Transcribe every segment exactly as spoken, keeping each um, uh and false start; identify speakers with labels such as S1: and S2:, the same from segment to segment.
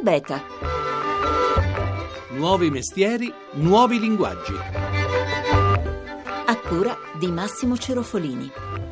S1: Beta.
S2: Nuovi mestieri, nuovi linguaggi.
S1: A cura di Massimo Cerofolini.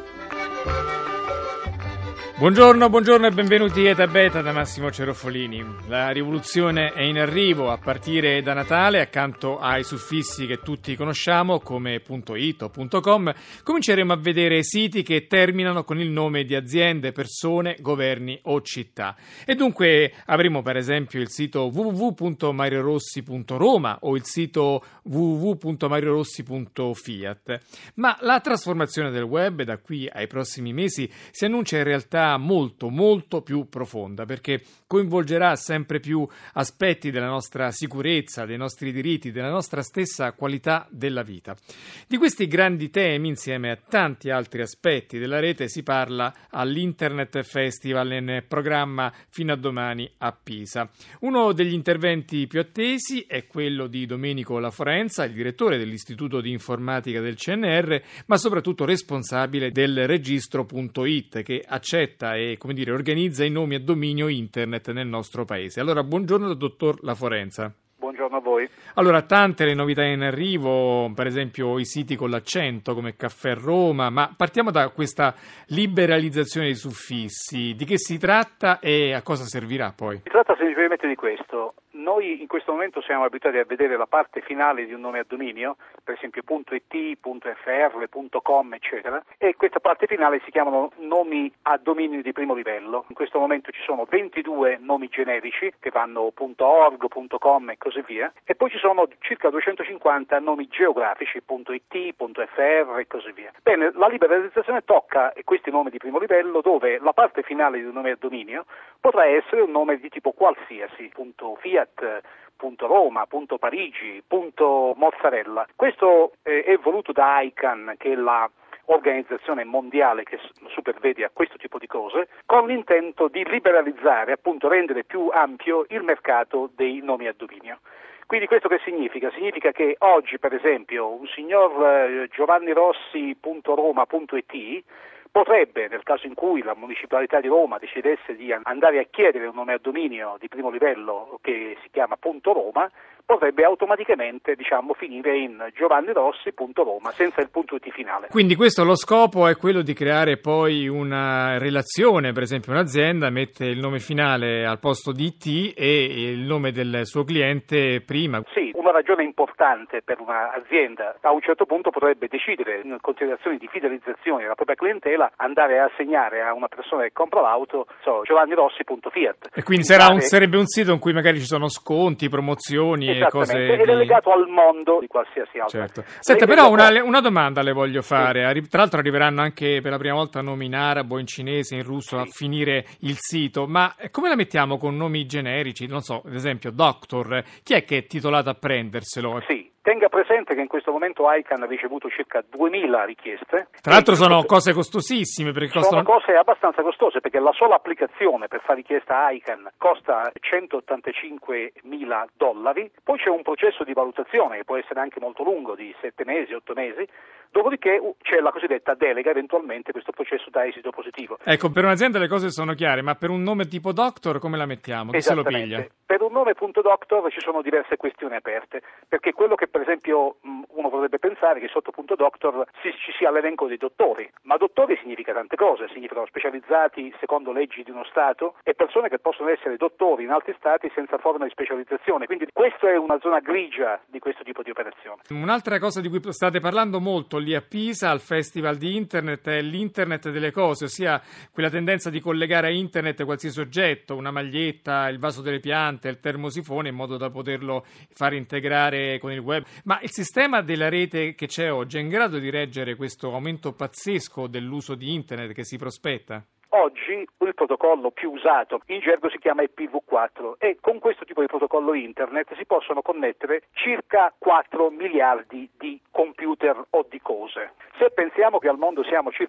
S3: Buongiorno, buongiorno e benvenuti a Eta Beta da Massimo Cerofolini. La rivoluzione è in arrivo a partire da Natale. Accanto ai suffissi che tutti conosciamo come .it o .com cominceremo a vedere siti che terminano con il nome di aziende, persone, governi o città. E dunque avremo per esempio il sito w w w punto mariorossi punto roma o il sito w w w punto mariorossi punto fiat. Ma la trasformazione del web da qui ai prossimi mesi si annuncia in realtà molto molto più profonda, perché coinvolgerà sempre più aspetti della nostra sicurezza, dei nostri diritti, della nostra stessa qualità della vita. Di questi grandi temi, insieme a tanti altri aspetti della rete, si parla all'Internet Festival in programma fino a domani a Pisa. Uno degli interventi più attesi è quello di Domenico La Forenza, il direttore dell'Istituto di Informatica del C N R, ma soprattutto responsabile del registro punto it, che accetta e, come dire, organizza i nomi a dominio internet nel nostro paese. Allora, buongiorno dottor La Forenza.
S4: Buongiorno a voi.
S3: Allora, tante le novità in arrivo, per esempio i siti con l'accento come Caffè Roma, ma partiamo da questa liberalizzazione dei suffissi. Di che si tratta e a cosa servirà poi?
S4: Si tratta semplicemente di questo. Noi in questo momento siamo abituati a vedere la parte finale di un nome a dominio, per esempio .it, .fr, .com, eccetera, e questa parte finale si chiamano nomi a dominio di primo livello. In questo momento ci sono ventidue nomi generici che vanno .org, .com e così via, e poi ci sono circa duecentocinquanta nomi geografici, .it, .fr e così via. Bene, la liberalizzazione tocca questi nomi di primo livello dove la parte finale di un nome a dominio potrà essere un nome di tipo qualsiasi, .fiat, punto Roma, punto Parigi, punto Mozzarella. Questo eh, è voluto da I C A N, che è la organizzazione mondiale che supervede a questo tipo di cose, con l'intento di liberalizzare, appunto rendere più ampio il mercato dei nomi a dominio. Quindi questo che significa? Significa che oggi, per esempio, un signor eh, Giovanni Rossi punto Roma punto it potrebbe, nel caso in cui la municipalità di Roma decidesse di andare a chiedere un nome a dominio di primo livello che si chiama punto Roma, potrebbe automaticamente, diciamo, finire in Giovanni Rossi punto Roma senza il punto it finale.
S3: Quindi questo, lo scopo è quello di creare poi una relazione, per esempio un'azienda mette il nome finale al posto di it e il nome del suo cliente prima.
S4: Sì, una ragione importante per un'azienda a un certo punto potrebbe decidere, in considerazione di fidelizzazione della propria clientela, andare a assegnare a una persona che compra l'auto so, Giovanni Rossi punto fiat.
S3: E quindi sarà un, sarebbe un sito in cui magari ci sono sconti, promozioni e cose
S4: ed è
S3: di...
S4: legato al mondo di qualsiasi altro.
S3: Certo. Senta, però una, una domanda le voglio fare. Sì. Tra l'altro arriveranno anche per la prima volta nomi in arabo, in cinese, in russo sì. a finire il sito, ma come la mettiamo con nomi generici? Non so, ad esempio Doctor, chi è che è titolato a prenderselo?
S4: Sì. Tenga presente che in questo momento I C A N ha ricevuto circa duemila richieste.
S3: Tra l'altro sono cose costosissime. Perché
S4: sono
S3: costano...
S4: cose abbastanza costose, perché la sola applicazione per fare richiesta a I C A N costa centottantacinquemila dollari, poi c'è un processo di valutazione che può essere anche molto lungo, di sette mesi, otto mesi, dopodiché c'è la cosiddetta delega, eventualmente questo processo dà esito positivo.
S3: Ecco, per un'azienda le cose sono chiare, ma per un nome tipo Doctor come la mettiamo? Chi se lo piglia?
S4: Per un nome punto Doctor ci sono diverse questioni aperte, perché quello che per esempio uno potrebbe pensare che sotto punto Doctor ci sia l'elenco dei dottori, ma dottori significa tante cose, significano specializzati secondo leggi di uno Stato e persone che possono essere dottori in altri Stati senza forma di specializzazione, quindi questa è una zona grigia di questo tipo di operazione.
S3: Un'altra cosa di cui state parlando molto lì a Pisa, al Festival di Internet, è l'Internet delle cose, ossia quella tendenza di collegare a Internet qualsiasi oggetto, una maglietta, il vaso delle piante, il termosifone, in modo da poterlo far integrare con il web. Ma il sistema della rete che c'è oggi è in grado di reggere questo aumento pazzesco dell'uso di Internet che si prospetta?
S4: Oggi il protocollo più usato in gergo si chiama I P v quattro e con questo tipo di protocollo internet si possono connettere circa quattro miliardi di computer o di cose. Se pensiamo che al mondo siamo circa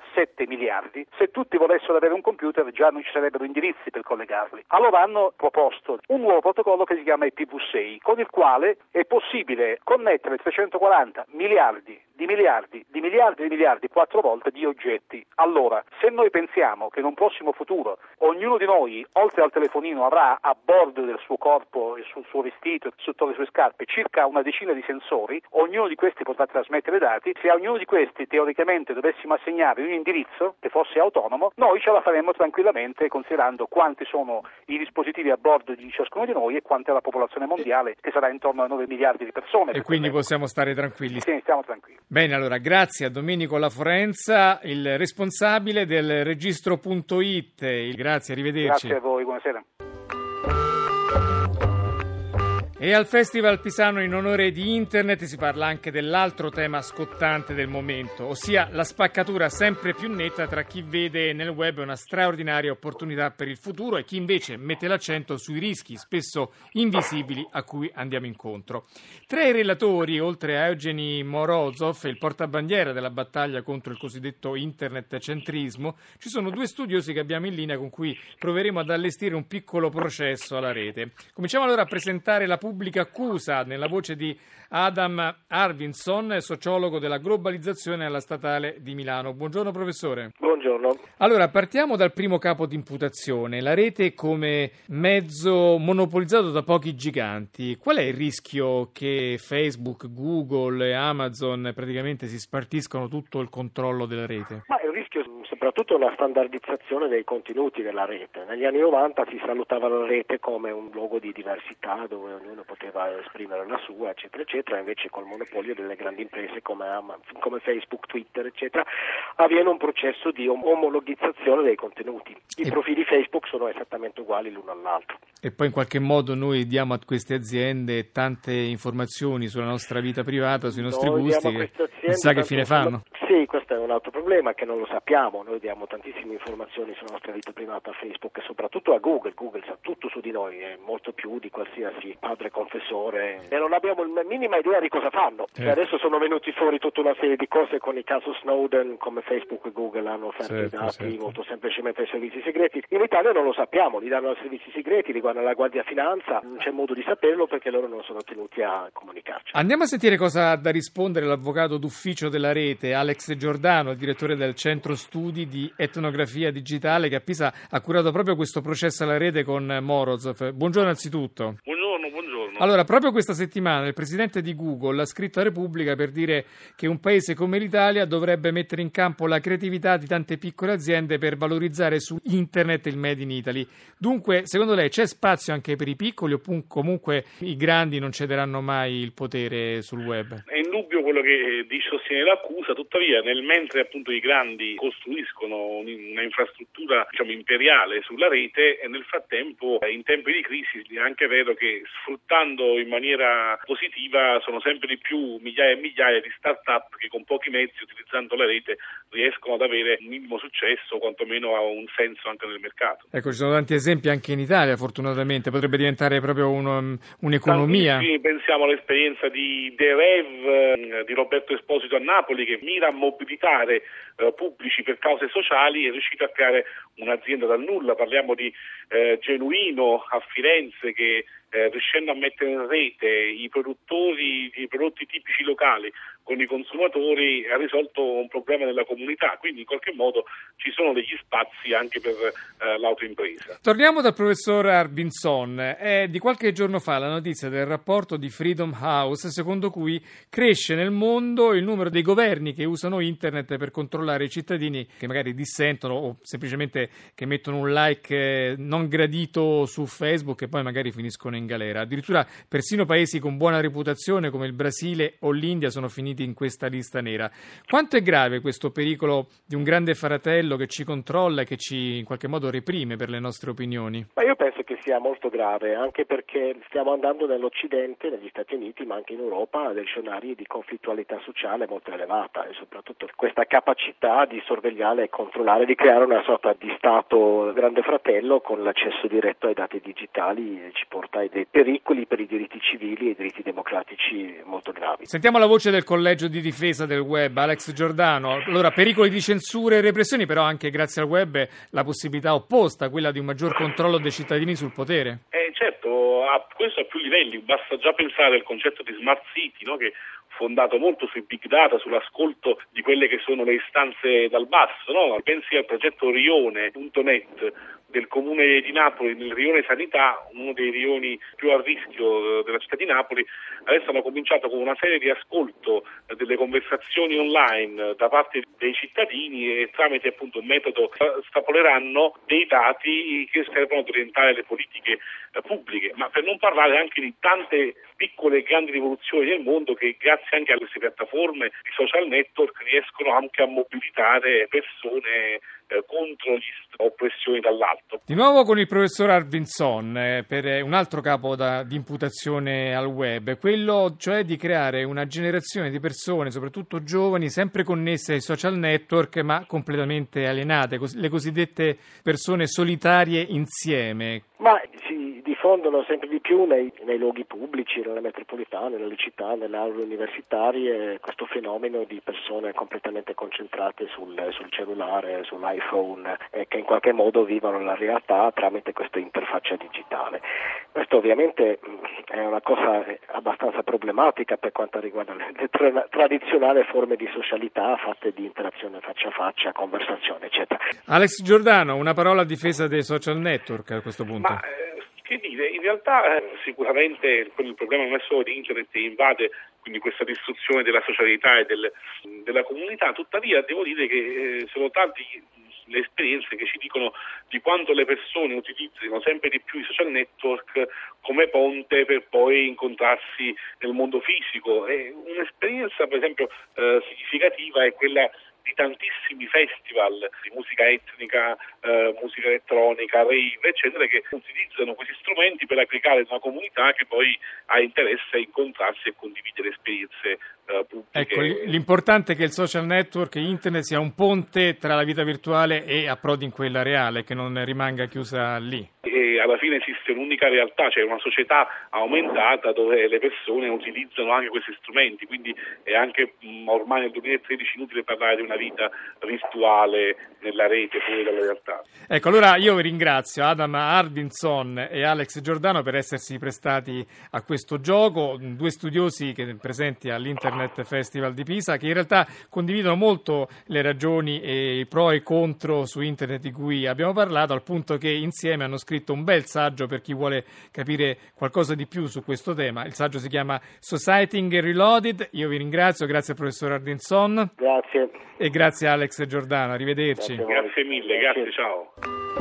S4: sette miliardi, se tutti volessero avere un computer già non ci sarebbero indirizzi per collegarli. Allora hanno proposto un nuovo protocollo che si chiama I P v sei, con il quale è possibile connettere trecentoquaranta miliardi di miliardi, di miliardi di miliardi, quattro volte di oggetti. Allora, se noi pensiamo che in un prossimo futuro ognuno di noi, oltre al telefonino, avrà a bordo del suo corpo e sul suo vestito, sotto le sue scarpe, circa una decina di sensori, ognuno di questi potrà trasmettere dati, se a ognuno di questi teoricamente dovessimo assegnare un indirizzo che fosse autonomo, noi ce la faremmo tranquillamente considerando quanti sono i dispositivi a bordo di ciascuno di noi e quanta è la popolazione mondiale, che sarà intorno a nove miliardi di persone.
S3: E quindi possiamo stare tranquilli.
S4: Sì, stiamo tranquilli.
S3: Bene, allora grazie a Domenico La Forenza, il responsabile del registro punto it. Grazie, arrivederci.
S4: Grazie a voi, buonasera.
S3: E al Festival Pisano in onore di Internet si parla anche dell'altro tema scottante del momento, ossia la spaccatura sempre più netta tra chi vede nel web una straordinaria opportunità per il futuro e chi invece mette l'accento sui rischi, spesso invisibili, a cui andiamo incontro. Tra i relatori, oltre a Evgeny Morozov, il portabandiera della battaglia contro il cosiddetto internet centrismo, ci sono due studiosi che abbiamo in linea con cui proveremo ad allestire un piccolo processo alla rete. Cominciamo allora a presentare la pubblica accusa nella voce di Adam Arvidsson, sociologo della globalizzazione alla Statale di Milano. Buongiorno professore.
S5: Buongiorno.
S3: Allora, partiamo dal primo capo di imputazione, la rete come mezzo monopolizzato da pochi giganti. Qual è il rischio che Facebook, Google e Amazon praticamente si spartiscano tutto il controllo della rete?
S5: Ma il rischio soprattutto la standardizzazione dei contenuti della rete. Negli anni novanta si salutava la rete come un luogo di diversità dove ognuno poteva esprimere la sua, eccetera, eccetera, invece col monopolio delle grandi imprese come Amazon, come Facebook, Twitter, eccetera, avviene un processo di omologizzazione dei contenuti. I e... profili Facebook sono esattamente uguali l'uno all'altro.
S3: E poi in qualche modo noi diamo a queste aziende tante informazioni sulla nostra vita privata, sui nostri
S5: noi
S3: gusti, che non sa che fine fanno.
S5: Sì, questo è un altro problema che non lo sappiamo. Noi diamo tantissime informazioni sulla nostra vita privata a Facebook e soprattutto a Google. Google sa tutto su di noi, è molto più di qualsiasi padre confessore e non abbiamo la minima idea di cosa fanno.
S3: Eh.
S5: E adesso sono venuti fuori tutta una serie di cose con il caso Snowden, come Facebook e Google hanno offerto certo, i dati certo. molto semplicemente ai servizi segreti. In Italia non lo sappiamo, li danno ai servizi segreti, li guarda la Guardia Finanza, non c'è modo di saperlo perché loro non sono tenuti a comunicarci.
S3: Andiamo a sentire cosa ha da rispondere l'avvocato d'ufficio della rete, Alex Giordano, il direttore del Centro Studi di Etnografia Digitale, che a Pisa ha curato proprio questo processo alla rete con Morozov. Buongiorno anzitutto.
S6: Buongiorno, buongiorno.
S3: Allora, proprio questa settimana il presidente di Google ha scritto a Repubblica per dire che un paese come l'Italia dovrebbe mettere in campo la creatività di tante piccole aziende per valorizzare su internet il Made in Italy. Dunque, secondo lei c'è spazio anche per i piccoli o comunque i grandi non cederanno mai il potere sul web?
S6: È indubbio quello che dice sostiene l'accusa, tuttavia nel mentre appunto i grandi costruiscono una infrastruttura diciamo imperiale sulla rete e nel frattempo in tempi di crisi è anche vero che sfruttando in maniera positiva sono sempre di più migliaia e migliaia di start-up che con pochi mezzi utilizzando la rete riescono ad avere un minimo successo o quantomeno ha un senso anche nel mercato.
S3: Ecco, ci sono tanti esempi anche in Italia fortunatamente, potrebbe diventare proprio uno, un'economia.
S6: Tantissimi, pensiamo all'esperienza di The Rev di Roberto Esposito a Napoli che mira a mobilitare eh, pubblici per cause sociali e è riuscito a creare un'azienda dal nulla. Parliamo di eh, Genuino a Firenze che eh, riuscendo a mettere in rete i produttori di prodotti tipici locali con i consumatori ha risolto un problema della comunità, quindi in qualche modo ci sono degli spazi anche per eh, l'autoimpresa.
S3: Torniamo dal professor Arvidsson. È di qualche giorno fa la notizia del rapporto di Freedom House secondo cui cresce nel mondo il numero dei governi che usano internet per controllare i cittadini che magari dissentono o semplicemente che mettono un like non gradito su Facebook e poi magari finiscono in galera. Addirittura persino paesi con buona reputazione come il Brasile o l'India sono finiti in questa lista nera. Quanto è grave questo pericolo di un grande fratello che ci controlla e che ci in qualche modo reprime per le nostre opinioni?
S5: Ma io penso che sia molto grave, anche perché stiamo andando nell'Occidente, negli Stati Uniti, ma anche in Europa, a dei scenari di conflittualità sociale molto elevata e soprattutto questa capacità di sorvegliare e controllare, di creare una sorta di Stato grande fratello con l'accesso diretto ai dati digitali ci porta a dei pericoli per i diritti civili e i diritti democratici molto gravi.
S3: Sentiamo la voce del collega collegio di difesa del web, Alex Giordano. Allora, pericoli di censura e repressioni, però anche grazie al web la possibilità opposta, quella di un maggior controllo dei cittadini sul potere.
S6: Eh, certo, a, questo a più livelli, basta già pensare al concetto di smart city, no? Che fondato molto sui big data, sull'ascolto di quelle che sono le istanze dal basso, no? Pensi al progetto Rione punto net del Comune di Napoli, nel rione sanità, uno dei rioni più a rischio della città di Napoli. Adesso hanno cominciato con una serie di ascolto delle conversazioni online da parte dei cittadini e tramite appunto un metodo strapoleranno dei dati che servono ad orientare le politiche pubbliche, ma per non parlare anche di tante piccole e grandi rivoluzioni nel mondo che grazie anche a queste piattaforme, i social network, riescono anche a mobilitare persone eh, contro gli oppressioni dall'alto.
S3: Di nuovo con il professor Arvinsson eh, per un altro capo da, di imputazione al web, quello cioè di creare una generazione di persone, soprattutto giovani, sempre connesse ai social network ma completamente alienate, cos- le cosiddette persone solitarie insieme.
S5: Ma si diffondono sempre di più nei, nei luoghi pubblici, nelle metropolitane, nelle città, nelle aule universitarie, questo fenomeno di persone completamente concentrate sul, sul cellulare, sull'iPhone, e che in qualche modo vivono la realtà tramite questa interfaccia digitale. Questo ovviamente è una cosa abbastanza problematica per quanto riguarda le, le tra, tradizionali forme di socialità fatte di interazione faccia a faccia, conversazione, eccetera.
S3: Alex Giordano, una parola a difesa dei social network a questo punto.
S6: Ma, eh, che dire, in realtà eh, sicuramente il problema non è solo di internet che invade quindi questa distruzione della socialità e del, della comunità, tuttavia devo dire che eh, sono tanti le esperienze che ci dicono di quanto le persone utilizzino sempre di più i social network come ponte per poi incontrarsi nel mondo fisico. E un'esperienza per esempio eh, significativa è quella di tantissimi festival di musica etnica, eh, musica elettronica, rave, eccetera, che utilizzano questi strumenti per aggregare una comunità che poi ha interesse a incontrarsi e condividere esperienze eh, pubbliche.
S3: Ecco, l'importante è che il social network e internet sia un ponte tra la vita virtuale e approdi in quella reale, che non rimanga chiusa lì.
S6: E alla fine esiste un'unica realtà, cioè una società aumentata dove le persone utilizzano anche questi strumenti, quindi è anche mh, ormai nel duemilatredici inutile parlare di una vita virtuale nella rete fuori dalla realtà.
S3: Ecco, allora io vi ringrazio Adam Arvinsson e Alex Giordano per essersi prestati a questo gioco, due studiosi che presenti all'Internet Festival di Pisa, che in realtà condividono molto le ragioni e i pro e i contro su internet di cui abbiamo parlato, al punto che insieme hanno scritto un bel saggio per chi vuole capire qualcosa di più su questo tema. Il saggio si chiama Societying Reloaded. Io vi ringrazio, grazie al professor Arvinsson.
S5: Grazie.
S3: E grazie a Alex Giordano, arrivederci.
S5: Grazie,
S6: grazie mille, grazie, ciao.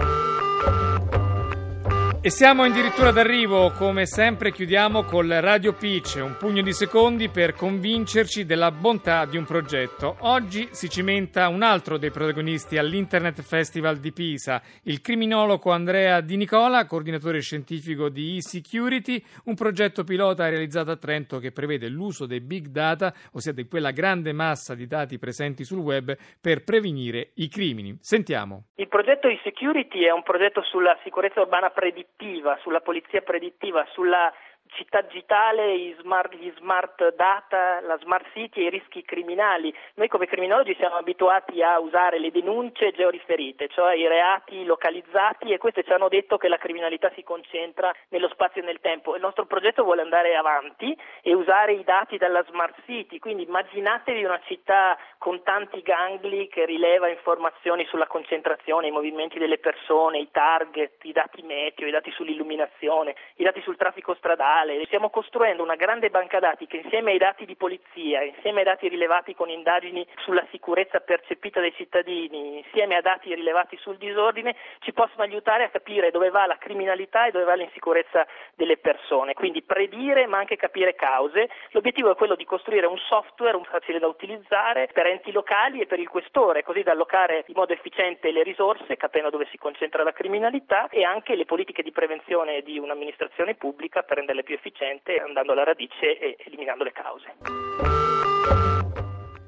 S3: E siamo addirittura d'arrivo, come sempre chiudiamo col Radio Pitch, un pugno di secondi per convincerci della bontà di un progetto. Oggi si cimenta un altro dei protagonisti all'Internet Festival di Pisa, il criminologo Andrea Di Nicola, coordinatore scientifico di eSecurity, un progetto pilota realizzato a Trento che prevede l'uso dei big data, ossia di quella grande massa di dati presenti sul web, per prevenire i crimini. Sentiamo.
S7: Il progetto eSecurity è un progetto sulla sicurezza urbana predittiva, sulla polizia predittiva, sulla città digitale, gli smart, gli smart data, la smart city e i rischi criminali. Noi come criminologi siamo abituati a usare le denunce georiferite, cioè i reati localizzati, e queste ci hanno detto che la criminalità si concentra nello spazio e nel tempo. Il nostro progetto vuole andare avanti e usare i dati dalla smart city, quindi immaginatevi una città con tanti gangli che rileva informazioni sulla concentrazione, i movimenti delle persone, i target, i dati meteo, i dati sull'illuminazione, i dati sul traffico stradale. Stiamo costruendo una grande banca dati che insieme ai dati di polizia, insieme ai dati rilevati con indagini sulla sicurezza percepita dai cittadini, insieme a dati rilevati sul disordine, ci possono aiutare a capire dove va la criminalità e dove va l'insicurezza delle persone. Quindi predire ma anche capire cause. L'obiettivo è quello di costruire un software facile da utilizzare per enti locali e per il questore, così da allocare in modo efficiente le risorse, capendo dove si concentra la criminalità, e anche le politiche di prevenzione di un'amministrazione pubblica per renderle più efficiente, andando alla radice e eliminando le cause.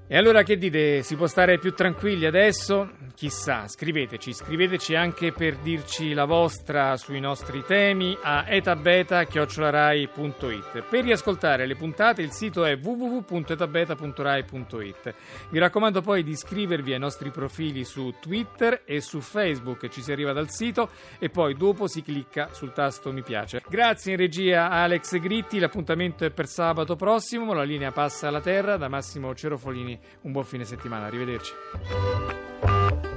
S3: E allora che dite? Si può stare più tranquilli adesso? Chissà, scriveteci, scriveteci anche per dirci la vostra sui nostri temi a etabeta chiocciola rai punto it. Per riascoltare le puntate il sito è w w w punto etabeta punto rai punto it. Vi raccomando poi di iscrivervi ai nostri profili su Twitter e su Facebook, ci si arriva dal sito e poi dopo si clicca sul tasto mi piace. Grazie in regia a Alex Gritti, l'appuntamento è per sabato prossimo, la linea passa alla terra da Massimo Cerofolini. Un buon fine settimana, arrivederci.